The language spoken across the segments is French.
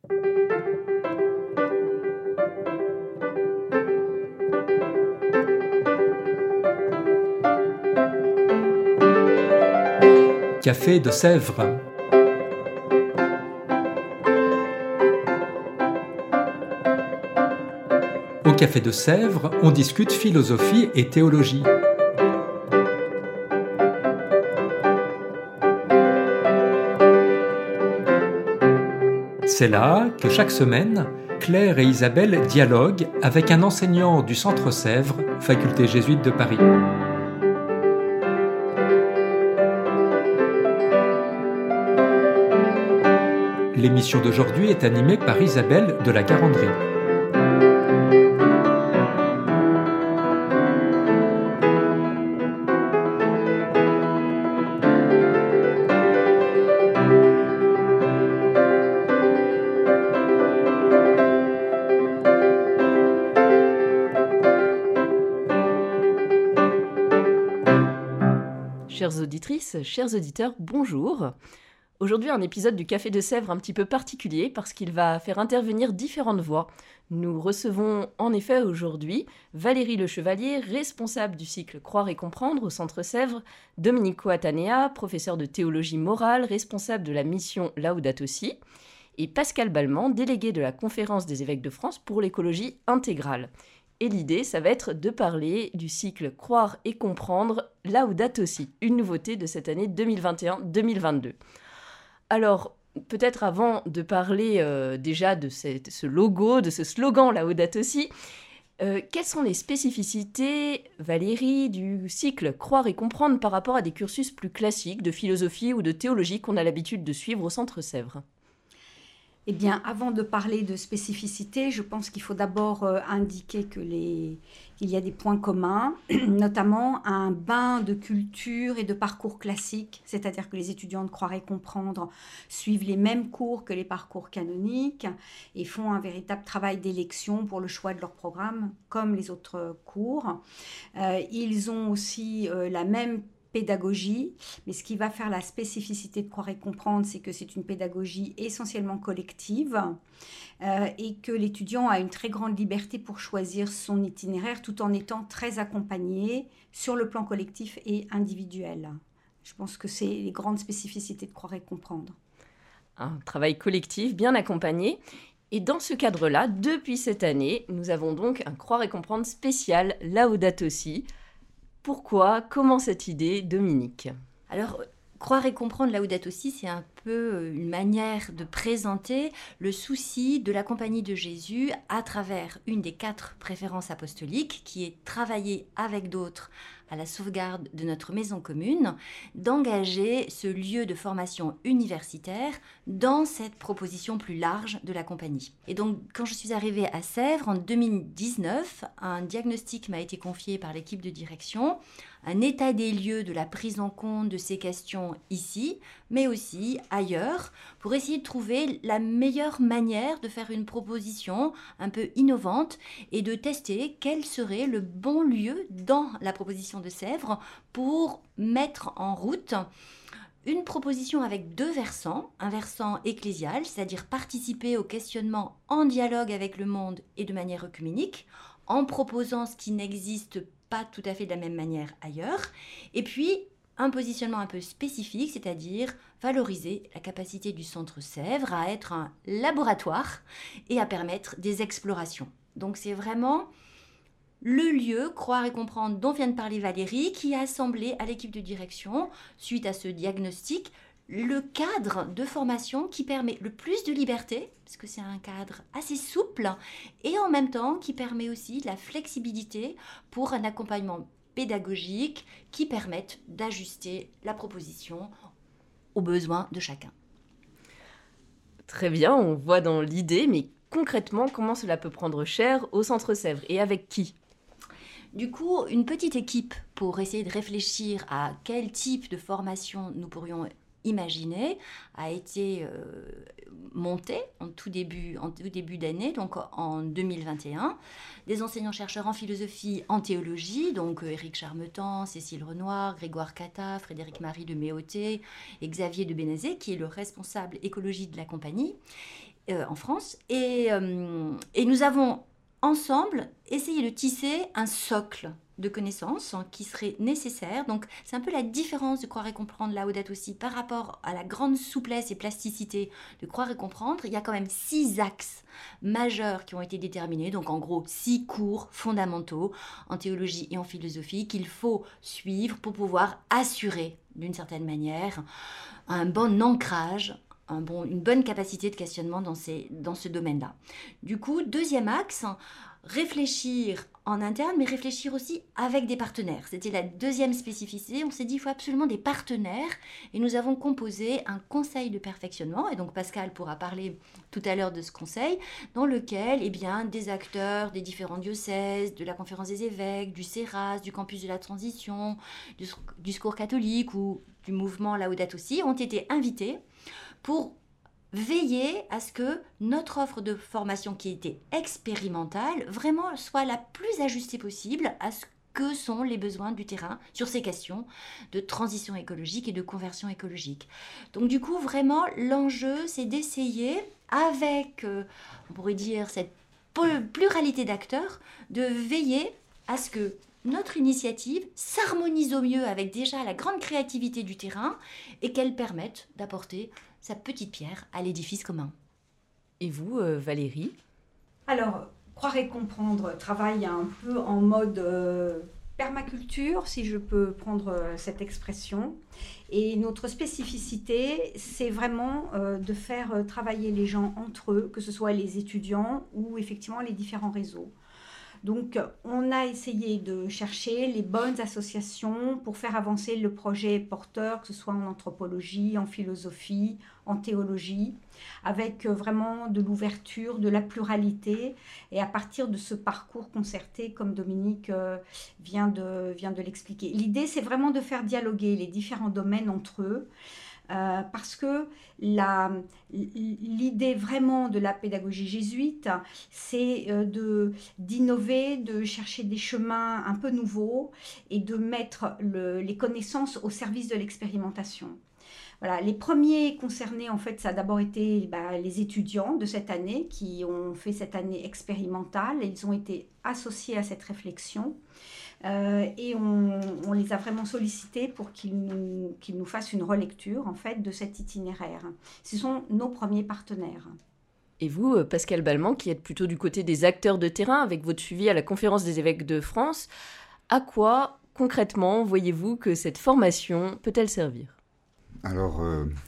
Café de Sèvres. Au Café de Sèvres, on discute philosophie et théologie. C'est là que chaque semaine, Claire et Isabelle dialoguent avec un enseignant du Centre Sèvres, faculté jésuite de Paris. L'émission d'aujourd'hui est animée par Isabelle de la Garandrie. Chères auditrices, chers auditeurs, bonjour. Aujourd'hui, un épisode du Café de Sèvres un petit peu particulier parce qu'il va faire intervenir différentes voix. Nous recevons en effet aujourd'hui Valérie Le Chevalier, responsable du cycle Croire et comprendre au Centre Sèvres, Domenico Attanea, professeur de théologie morale, responsable de la mission Laudato Si, et Pascal Balmand, délégué de la Conférence des évêques de France pour l'écologie intégrale. Et l'idée, ça va être de parler du cycle Croire et comprendre Laudato Si, une nouveauté de cette année 2021-2022. Alors, peut-être avant de parler déjà de ce logo, de ce slogan Laudato Si, quelles sont les spécificités, Valérie, du cycle Croire et comprendre par rapport à des cursus plus classiques de philosophie ou de théologie qu'on a l'habitude de suivre au Centre Sèvres ? Eh bien, avant de parler de spécificité, je pense qu'il faut d'abord indiquer qu'il y a des points communs, notamment un bain de culture et de parcours classique, c'est-à-dire que les étudiants de Croire et comprendre suivent les mêmes cours que les parcours canoniques et font un véritable travail d'élection pour le choix de leur programme, comme les autres cours. Ils ont aussi la même pédagogie, mais ce qui va faire la spécificité de Croire et comprendre, c'est que c'est une pédagogie essentiellement collective et que l'étudiant a une très grande liberté pour choisir son itinéraire tout en étant très accompagné sur le plan collectif et individuel. Je pense que c'est les grandes spécificités de Croire et comprendre. Un travail collectif bien accompagné. Et dans ce cadre-là, depuis cette année, nous avons donc un Croire et comprendre spécial Laudato Si. Pourquoi ? Comment cette idée, Dominique ? Alors, Croire et comprendre Laudato Si, c'est un peu une manière de présenter le souci de la Compagnie de Jésus à travers une des 4 préférences apostoliques, qui est travailler avec d'autres à la sauvegarde de notre maison commune, d'engager ce lieu de formation universitaire dans cette proposition plus large de la Compagnie. Et donc, quand je suis arrivée à Sèvres en 2019, un diagnostic m'a été confié par l'équipe de direction, un état des lieux de la prise en compte de ces questions ici, mais aussi ailleurs, pour essayer de trouver la meilleure manière de faire une proposition un peu innovante et de tester quel serait le bon lieu dans la proposition de Sèvres pour mettre en route une proposition avec 2 versants, un versant ecclésial, c'est-à-dire participer au questionnement en dialogue avec le monde et de manière œcuménique, en proposant ce qui n'existe pas tout à fait de la même manière ailleurs, et puis un positionnement un peu spécifique, c'est-à-dire valoriser la capacité du Centre Sèvres à être un laboratoire et à permettre des explorations. Donc c'est vraiment le lieu, Croire et comprendre, dont vient de parler Valérie, qui a assemblé à l'équipe de direction, suite à ce diagnostic, le cadre de formation qui permet le plus de liberté, parce que c'est un cadre assez souple, et en même temps qui permet aussi de la flexibilité pour un accompagnement pédagogique qui permette d'ajuster la proposition aux besoins de chacun. Très bien, on voit dans l'idée, mais concrètement, comment cela peut prendre cher au Centre Sèvres et avec qui ? Du coup, une petite équipe pour essayer de réfléchir à quel type de formation nous pourrions imaginer a été montée en tout début d'année, donc en 2021. Des enseignants-chercheurs en philosophie, en théologie, donc Éric Charmetan, Cécile Renoir, Grégoire Cata, Frédéric-Marie de Méoté et Xavier de Bénézet, qui est le responsable écologie de la compagnie. en France. Et nous avons ensemble essayé de tisser un socle de connaissances qui serait nécessaire. Donc c'est un peu la différence de Croire et comprendre Laudato Si par rapport à la grande souplesse et plasticité de Croire et comprendre. Il y a quand même 6 axes majeurs qui ont été déterminés, donc en gros 6 cours fondamentaux en théologie et en philosophie qu'il faut suivre pour pouvoir assurer d'une certaine manière un bon ancrage, une bonne capacité de questionnement dans ce domaine-là. Du coup, deuxième axe, réfléchir en interne, mais réfléchir aussi avec des partenaires. C'était la deuxième spécificité. On s'est dit qu'il faut absolument des partenaires et nous avons composé un conseil de perfectionnement. Et donc Pascal pourra parler tout à l'heure de ce conseil, dans lequel des acteurs des différents diocèses, de la Conférence des évêques, du CERAS, du Campus de la Transition, du Secours catholique ou du mouvement Laudato Si ont été invités pour veiller à ce que notre offre de formation qui était expérimentale vraiment soit la plus ajustée possible à ce que sont les besoins du terrain sur ces questions de transition écologique et de conversion écologique. Donc du coup, vraiment, l'enjeu, c'est d'essayer, avec, on pourrait dire, cette pluralité d'acteurs, de veiller à ce que notre initiative s'harmonise au mieux avec déjà la grande créativité du terrain et qu'elle permette d'apporter sa petite pierre à l'édifice commun. Et vous, Valérie ? Alors, Croire et comprendre travaille un peu en mode permaculture, si je peux prendre cette expression. Et notre spécificité, c'est vraiment de faire travailler les gens entre eux, que ce soit les étudiants ou effectivement les différents réseaux. Donc, on a essayé de chercher les bonnes associations pour faire avancer le projet porteur, que ce soit en anthropologie, en philosophie, en théologie, avec vraiment de l'ouverture, de la pluralité, et à partir de ce parcours concerté, comme Dominique vient de l'expliquer. L'idée, c'est vraiment de faire dialoguer les différents domaines entre eux, parce que l'idée vraiment de la pédagogie jésuite, c'est d'innover, de chercher des chemins un peu nouveaux et de mettre les connaissances au service de l'expérimentation. Voilà, les premiers concernés, en fait, ça a d'abord été les étudiants de cette année qui ont fait cette année expérimentale. Ils ont été associés à cette réflexion. Et on les a vraiment sollicités pour qu'ils nous fassent une relecture en fait, de cet itinéraire. Ce sont nos premiers partenaires. Et vous, Pascal Balman, qui êtes plutôt du côté des acteurs de terrain avec votre suivi à la Conférence des évêques de France, à quoi concrètement voyez-vous que cette formation peut-elle servir ? Alors,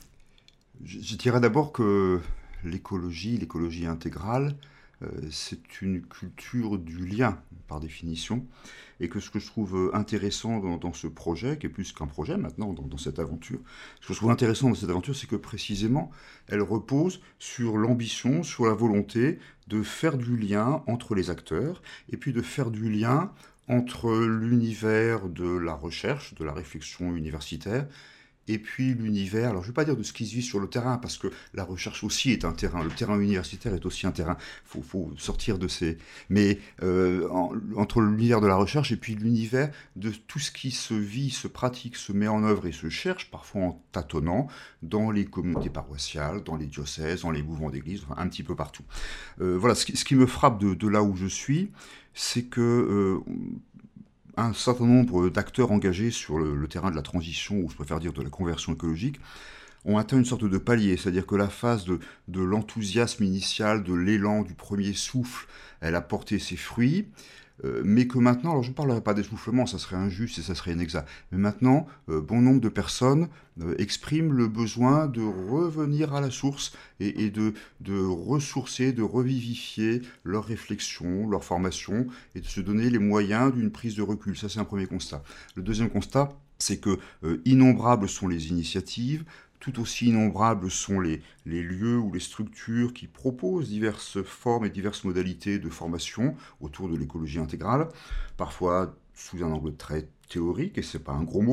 je dirais d'abord que l'écologie intégrale, c'est une culture du lien, par définition, et que ce que je trouve intéressant dans ce projet, qui est plus qu'un projet maintenant, dans cette aventure, ce que je trouve intéressant dans cette aventure, c'est que précisément, elle repose sur l'ambition, sur la volonté de faire du lien entre les acteurs, et puis de faire du lien entre l'univers de la recherche, de la réflexion universitaire, et puis l'univers, alors je ne vais pas dire de ce qui se vit sur le terrain, parce que la recherche aussi est un terrain, le terrain universitaire est aussi un terrain, il faut sortir de ces... Mais entre l'univers de la recherche et puis l'univers de tout ce qui se vit, se pratique, se met en œuvre et se cherche, parfois en tâtonnant, dans les communautés paroissiales, dans les diocèses, dans les mouvements d'église, enfin, un petit peu partout. Voilà, ce qui me frappe de là où je suis, c'est que... un certain nombre d'acteurs engagés sur le terrain de la transition, ou je préfère dire de la conversion écologique, ont atteint une sorte de palier, c'est-à-dire que la phase de l'enthousiasme initial, de l'élan, du premier souffle, elle a porté ses fruits, mais que maintenant, alors je ne parlerai pas d'essoufflement, ça serait injuste et ça serait inexact, mais maintenant, bon nombre de personnes expriment le besoin de revenir à la source et de ressourcer, de revivifier leur réflexion, leur formation, et de se donner les moyens d'une prise de recul. Ça, c'est un premier constat. Le deuxième constat, c'est que innombrables sont les initiatives, tout aussi innombrables sont les lieux ou les structures qui proposent diverses formes et diverses modalités de formation autour de l'écologie intégrale, parfois sous un angle très théorique, et c'est pas un gros mot,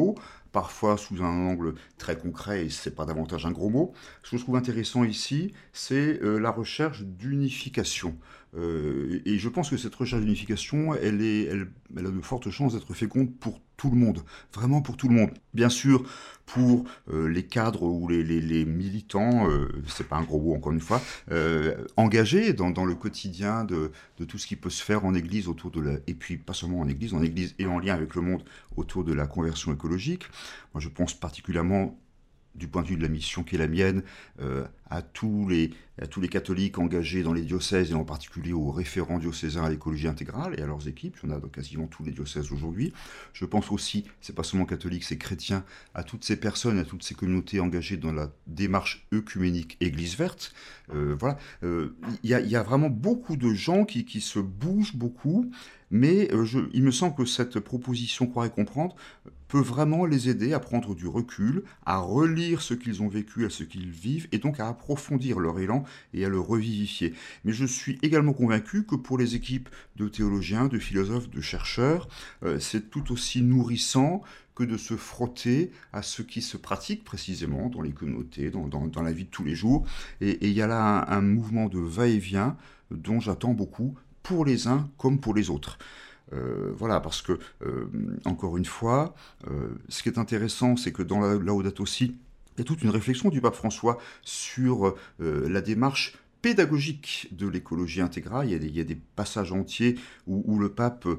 parfois sous un angle très concret, et c'est pas davantage un gros mot. Ce que je trouve intéressant ici, c'est la recherche d'unification. Et je pense que cette recherche d'unification, elle a de fortes chances d'être féconde pour tout le monde, vraiment pour tout le monde. Bien sûr, pour les cadres ou les militants, c'est pas un gros mot encore une fois, engagés dans le quotidien de tout ce qui peut se faire en Église autour et puis pas seulement en Église et en lien avec le monde autour de la conversion écologique. Moi, je pense particulièrement du point de vue de la mission qui est la mienne, à tous les catholiques engagés dans les diocèses, et en particulier aux référents diocésains à l'écologie intégrale et à leurs équipes. Il y en a dans quasiment tous les diocèses aujourd'hui. Je pense aussi, c'est pas seulement catholiques, c'est chrétiens, à toutes ces personnes, à toutes ces communautés engagées dans la démarche œcuménique Église verte. Voilà. Il y a vraiment beaucoup de gens qui se bougent beaucoup, mais il me semble que cette proposition Croire et comprendre peut vraiment les aider à prendre du recul, à relire ce qu'ils ont vécu, à ce qu'ils vivent, et donc à approfondir leur élan et à le revivifier. Mais je suis également convaincu que pour les équipes de théologiens, de philosophes, de chercheurs, c'est tout aussi nourrissant que de se frotter à ce qui se pratique précisément dans les communautés, dans la vie de tous les jours. Et il y a là un mouvement de va-et-vient dont j'attends beaucoup pour les uns comme pour les autres. Voilà, parce que, encore une fois, ce qui est intéressant, c'est que dans la Laudato Si, il y a toute une réflexion du pape François sur la démarche pédagogique de l'écologie intégrale. Il y a des passages entiers où le pape,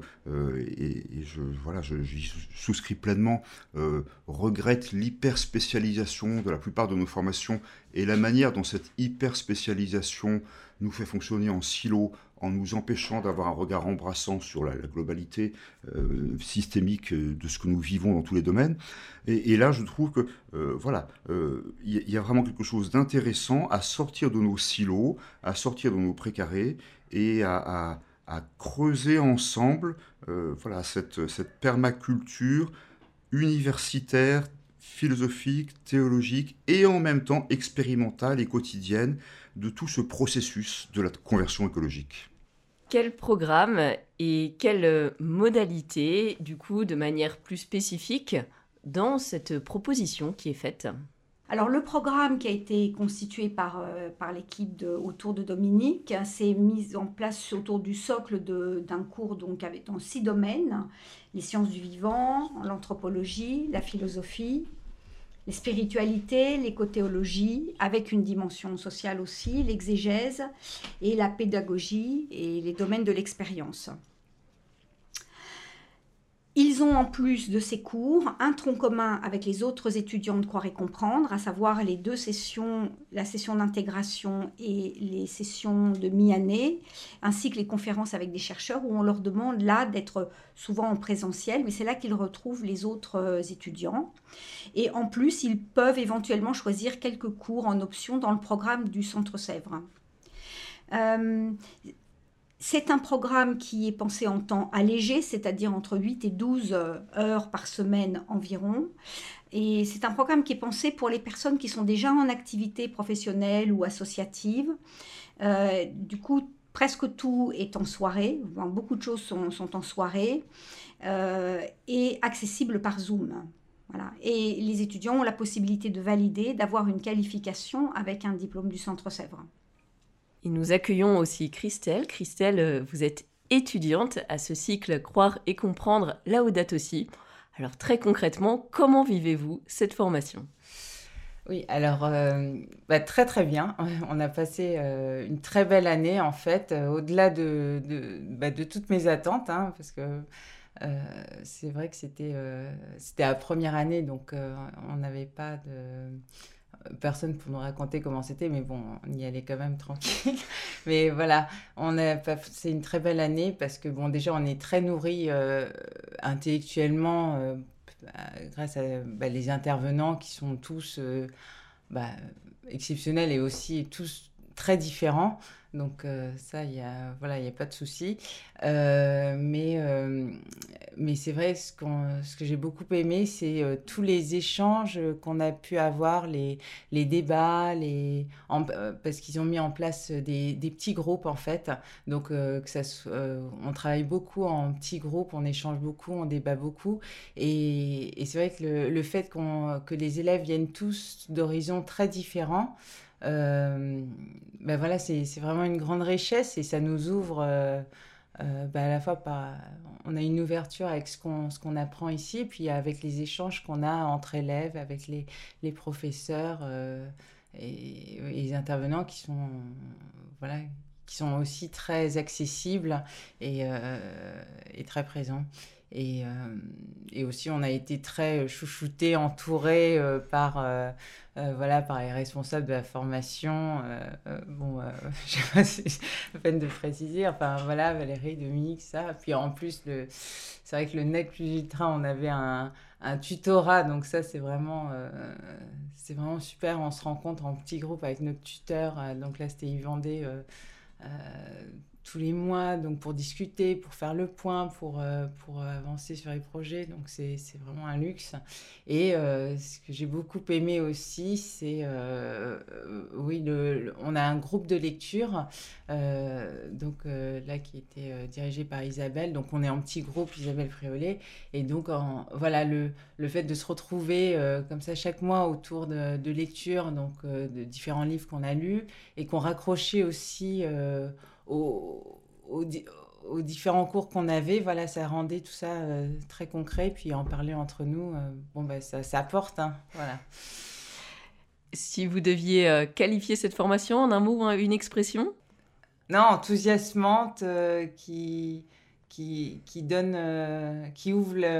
j'y souscris pleinement, regrette l'hyperspécialisation de la plupart de nos formations et la manière dont cette hyperspécialisation nous fait fonctionner en silo, en nous empêchant d'avoir un regard embrassant sur la globalité systémique de ce que nous vivons dans tous les domaines. Et là, je trouve que y a vraiment quelque chose d'intéressant à sortir de nos silos, à sortir de nos précarés et à creuser ensemble cette permaculture universitaire, philosophique, théologique et en même temps expérimentale et quotidienne de tout ce processus de la conversion écologique. Quel programme et quelle modalité, du coup, de manière plus spécifique, dans cette proposition qui est faite ? Alors le programme qui a été constitué par l'équipe autour de Dominique s'est mis en place autour du socle d'un cours donc dans 6 domaines: les sciences du vivant, l'anthropologie, la philosophie, les spiritualités, l'écothéologie, avec une dimension sociale aussi, l'exégèse et la pédagogie et les domaines de l'expérience. Ils ont en plus de ces cours un tronc commun avec les autres étudiants de Croire et comprendre, à savoir les 2 sessions, la session d'intégration et les sessions de mi-année, ainsi que les conférences avec des chercheurs où on leur demande là d'être souvent en présentiel, mais c'est là qu'ils retrouvent les autres étudiants. Et en plus, ils peuvent éventuellement choisir quelques cours en option dans le programme du Centre Sèvres. C'est un programme qui est pensé en temps allégé, c'est-à-dire entre 8 et 12 heures par semaine environ. Et c'est un programme qui est pensé pour les personnes qui sont déjà en activité professionnelle ou associative. Du coup, presque tout est en soirée. Beaucoup de choses sont en soirée et accessibles par Zoom. Voilà. Et les étudiants ont la possibilité de valider, d'avoir une qualification avec un diplôme du Centre Sèvres. Et nous accueillons aussi Christelle. Christelle, vous êtes étudiante à ce cycle Croire et comprendre Laudato Si. Alors très concrètement, comment vivez-vous cette formation ? Oui, alors très très bien. On a passé une très belle année en fait, au-delà de toutes mes attentes, hein, parce que c'est vrai que c'était la première année, donc on n'avait pas de personne pour nous raconter comment c'était, mais bon, on y allait quand même tranquille. Mais voilà, c'est une très belle année parce que bon, déjà on est très nourris intellectuellement grâce à les intervenants qui sont tous exceptionnels et aussi tous très différents. Donc ça, il y a pas de souci. Mais c'est vrai, ce que j'ai beaucoup aimé, c'est tous les échanges qu'on a pu avoir, les débats, parce qu'ils ont mis en place des petits groupes, en fait. Donc, on travaille beaucoup en petits groupes, on échange beaucoup, on débat beaucoup. Et c'est vrai que le fait que les élèves viennent tous d'horizons très différents, voilà, c'est vraiment une grande richesse et ça nous ouvre à la fois on a une ouverture avec ce qu'on apprend ici, puis avec les échanges qu'on a entre élèves, avec les professeurs et les intervenants qui sont aussi très accessibles et très présents. Et aussi, on a été très chouchoutés, entourés par les responsables de la formation. Je sais pas si c'est la peine de préciser. Enfin, voilà, Valérie, Dominique, ça. Puis en plus, c'est vrai que le Nec Plus Ultra, on avait un tutorat. Donc ça, c'est vraiment super. On se rencontre en petit groupe avec notre tuteur. Donc là, c'était Yves Vendée. Tous les mois, donc pour discuter, pour faire le point, pour avancer sur les projets. Donc c'est vraiment un luxe. Et ce que j'ai beaucoup aimé aussi, c'est on a un groupe de lecture là qui était dirigé par Isabelle. Donc on est en petit groupe, Isabelle Fréollet. Et donc le fait de se retrouver comme ça chaque mois autour de lecture, donc de différents livres qu'on a lus et qu'on raccrochait aussi aux différents cours qu'on avait, voilà, ça rendait tout ça très concret. Puis en parler entre nous, ça apporte, hein, voilà. Si vous deviez qualifier cette formation en un mot ou une expression ? Non, enthousiasmante, qui donne, qui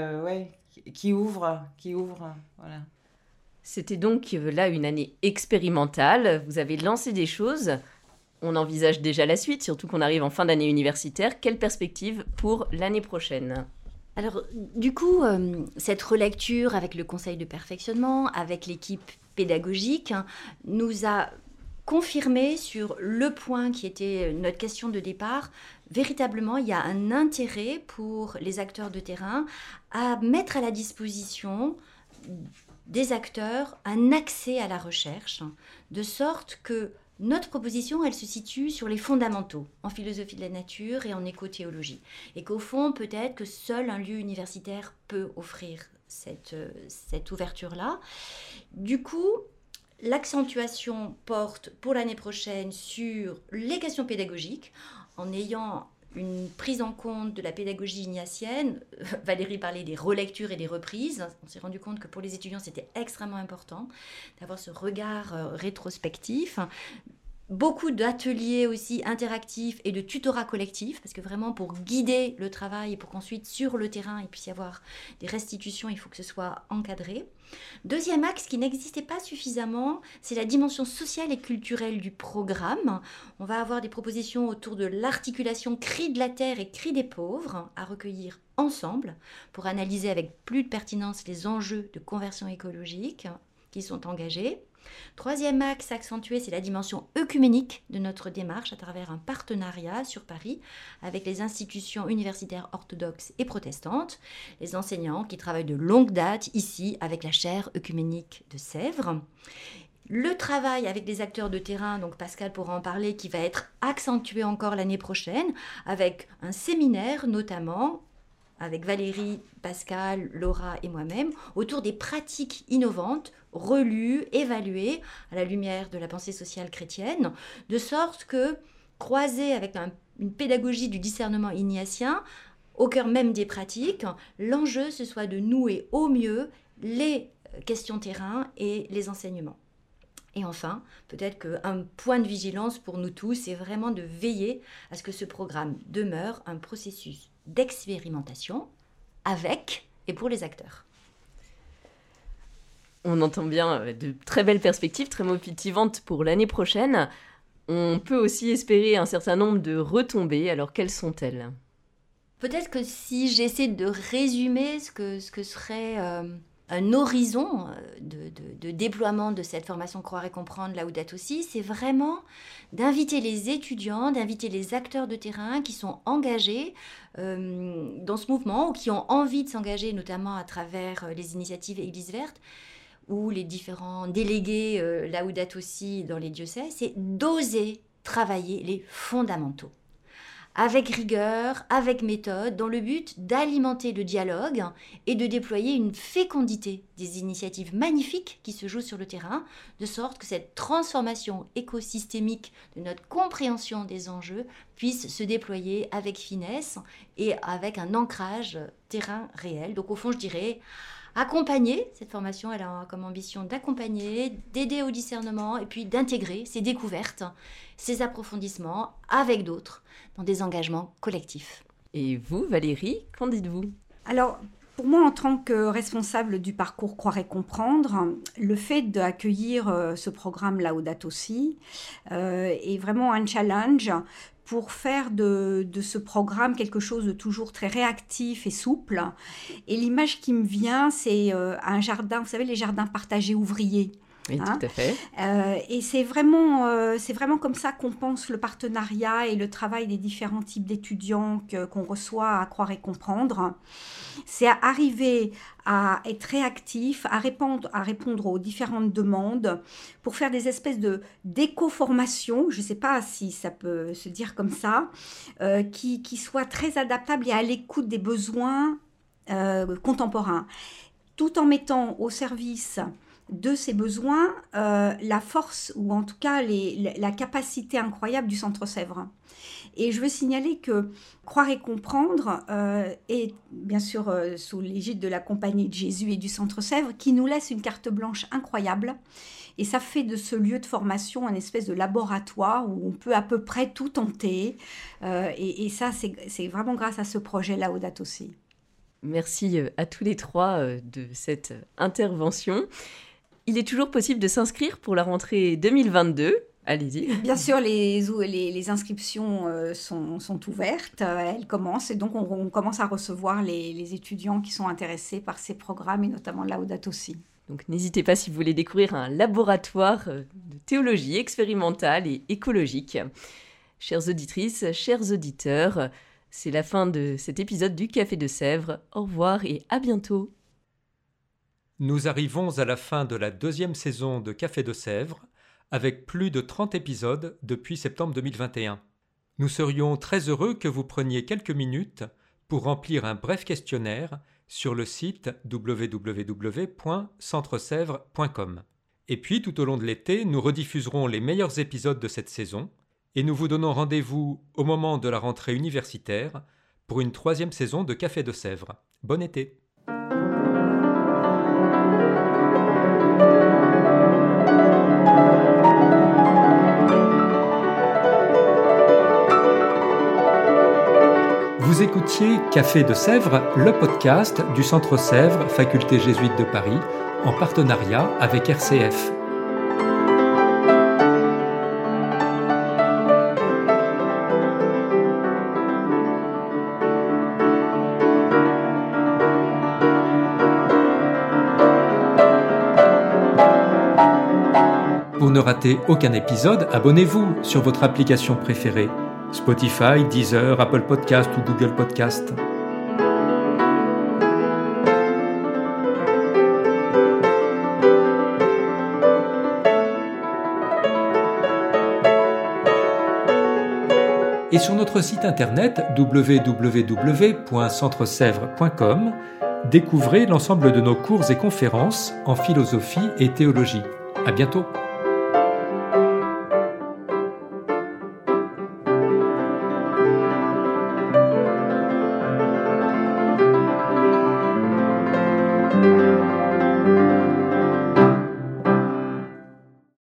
ouvre, voilà. C'était donc là une année expérimentale. Vous avez lancé des choses. On envisage déjà la suite, surtout qu'on arrive en fin d'année universitaire. Quelle perspective pour l'année prochaine ? Alors, du coup, cette relecture avec le conseil de perfectionnement, avec l'équipe pédagogique, nous a confirmé sur le point qui était notre question de départ. Véritablement, il y a un intérêt pour les acteurs de terrain à mettre à la disposition des acteurs un accès à la recherche, de sorte que notre proposition, elle se situe sur les fondamentaux, en philosophie de la nature et en écothéologie. Et qu'au fond, peut-être que seul un lieu universitaire peut offrir cette ouverture-là. Du coup, l'accentuation porte pour l'année prochaine sur les questions pédagogiques, en ayant une prise en compte de la pédagogie ignatienne. Valérie parlait des relectures et des reprises. On s'est rendu compte que pour les étudiants, c'était extrêmement important d'avoir ce regard rétrospectif. Beaucoup d'ateliers aussi interactifs et de tutorat collectif, parce que vraiment pour guider le travail et pour qu'ensuite sur le terrain il puisse y avoir des restitutions, il faut que ce soit encadré. Deuxième axe qui n'existait pas suffisamment, c'est la dimension sociale et culturelle du programme. On va avoir des propositions autour de l'articulation cri de la terre et cri des pauvres à recueillir ensemble pour analyser avec plus de pertinence les enjeux de conversion écologique qui sont engagés. Troisième axe accentué, c'est la dimension œcuménique de notre démarche à travers un partenariat sur Paris avec les institutions universitaires orthodoxes et protestantes, les enseignants qui travaillent de longue date ici avec la chaire œcuménique de Sèvres. Le travail avec les acteurs de terrain, donc Pascal pourra en parler, qui va être accentué encore l'année prochaine avec un séminaire notamment avec Valérie, Pascal, Laura et moi-même, autour des pratiques innovantes, relues, évaluées à la lumière de la pensée sociale chrétienne, de sorte que, croisées avec une pédagogie du discernement ignatien, au cœur même des pratiques, l'enjeu, ce soit de nouer au mieux les questions terrain et les enseignements. Et enfin, peut-être qu'un point de vigilance pour nous tous, c'est vraiment de veiller à ce que ce programme demeure un processus d'expérimentation avec et pour les acteurs. On entend bien de très belles perspectives, très motivantes pour l'année prochaine. On peut aussi espérer un certain nombre de retombées. Alors, quelles sont-elles ? Peut-être que si j'essaie de résumer ce que serait un horizon de déploiement de cette formation Croire et comprendre Laudato Si, c'est vraiment d'inviter les étudiants, d'inviter les acteurs de terrain qui sont engagés dans ce mouvement ou qui ont envie de s'engager, notamment à travers les initiatives Église verte ou les différents délégués Laudato Si dans les diocèses, c'est d'oser travailler les fondamentaux, avec rigueur, avec méthode, dans le but d'alimenter le dialogue et de déployer une fécondité des initiatives magnifiques qui se jouent sur le terrain, de sorte que cette transformation écosystémique de notre compréhension des enjeux puisse se déployer avec finesse et avec un ancrage terrain réel. Donc au fond, je dirais accompagner, cette formation, elle a comme ambition d'accompagner, d'aider au discernement et puis d'intégrer ces découvertes, ces approfondissements avec d'autres dans des engagements collectifs. Et vous, Valérie, qu'en dites-vous ? Alors, pour moi, en tant que responsable du parcours Croire et comprendre, le fait d'accueillir ce programme Laudato Si est vraiment un challenge pour faire de ce programme quelque chose de toujours très réactif et souple. Et l'image qui me vient, c'est un jardin, vous savez, les jardins partagés ouvriers. Oui, tout à fait. Et c'est vraiment comme ça qu'on pense le partenariat et le travail des différents types d'étudiants qu'on reçoit à Croire et comprendre. C'est arriver à être réactif, à répondre aux différentes demandes pour faire des espèces d'éco-formation, je ne sais pas si ça peut se dire comme ça, qui soient très adaptables et à l'écoute des besoins contemporains, tout en mettant au service de ces besoins la force ou en tout cas la capacité incroyable du Centre Sèvres. Et je veux signaler que Croire et comprendre est bien sûr sous l'égide de la Compagnie de Jésus et du Centre Sèvres qui nous laisse une carte blanche incroyable. Et ça fait de ce lieu de formation un espèce de laboratoire où on peut à peu près tout tenter. Et ça, c'est vraiment grâce à ce projet Laudato Si. Merci à tous les trois de cette intervention. Il est toujours possible de s'inscrire pour la rentrée 2022. Allez-y. Bien sûr, les inscriptions sont ouvertes, elles commencent et donc on commence à recevoir les étudiants qui sont intéressés par ces programmes et notamment Laudato Si. Donc n'hésitez pas si vous voulez découvrir un laboratoire de théologie expérimentale et écologique. Chères auditrices, chers auditeurs, c'est la fin de cet épisode du Café de Sèvres. Au revoir et à bientôt. Nous arrivons à la fin de la 2e saison de Café de Sèvres, avec plus de 30 épisodes depuis septembre 2021. Nous serions très heureux que vous preniez quelques minutes pour remplir un bref questionnaire sur le site www.centresèvres.com. Et puis, tout au long de l'été, nous rediffuserons les meilleurs épisodes de cette saison et nous vous donnons rendez-vous au moment de la rentrée universitaire pour une 3e saison de Café de Sèvres. Bon été! Vous écoutiez Café de Sèvres, le podcast du Centre Sèvres, Faculté jésuite de Paris, en partenariat avec RCF. Pour ne rater aucun épisode, abonnez-vous sur votre application préférée. Spotify, Deezer, Apple Podcast ou Google Podcast. Et sur notre site internet www.centresèvres.com, découvrez l'ensemble de nos cours et conférences en philosophie et théologie. À bientôt.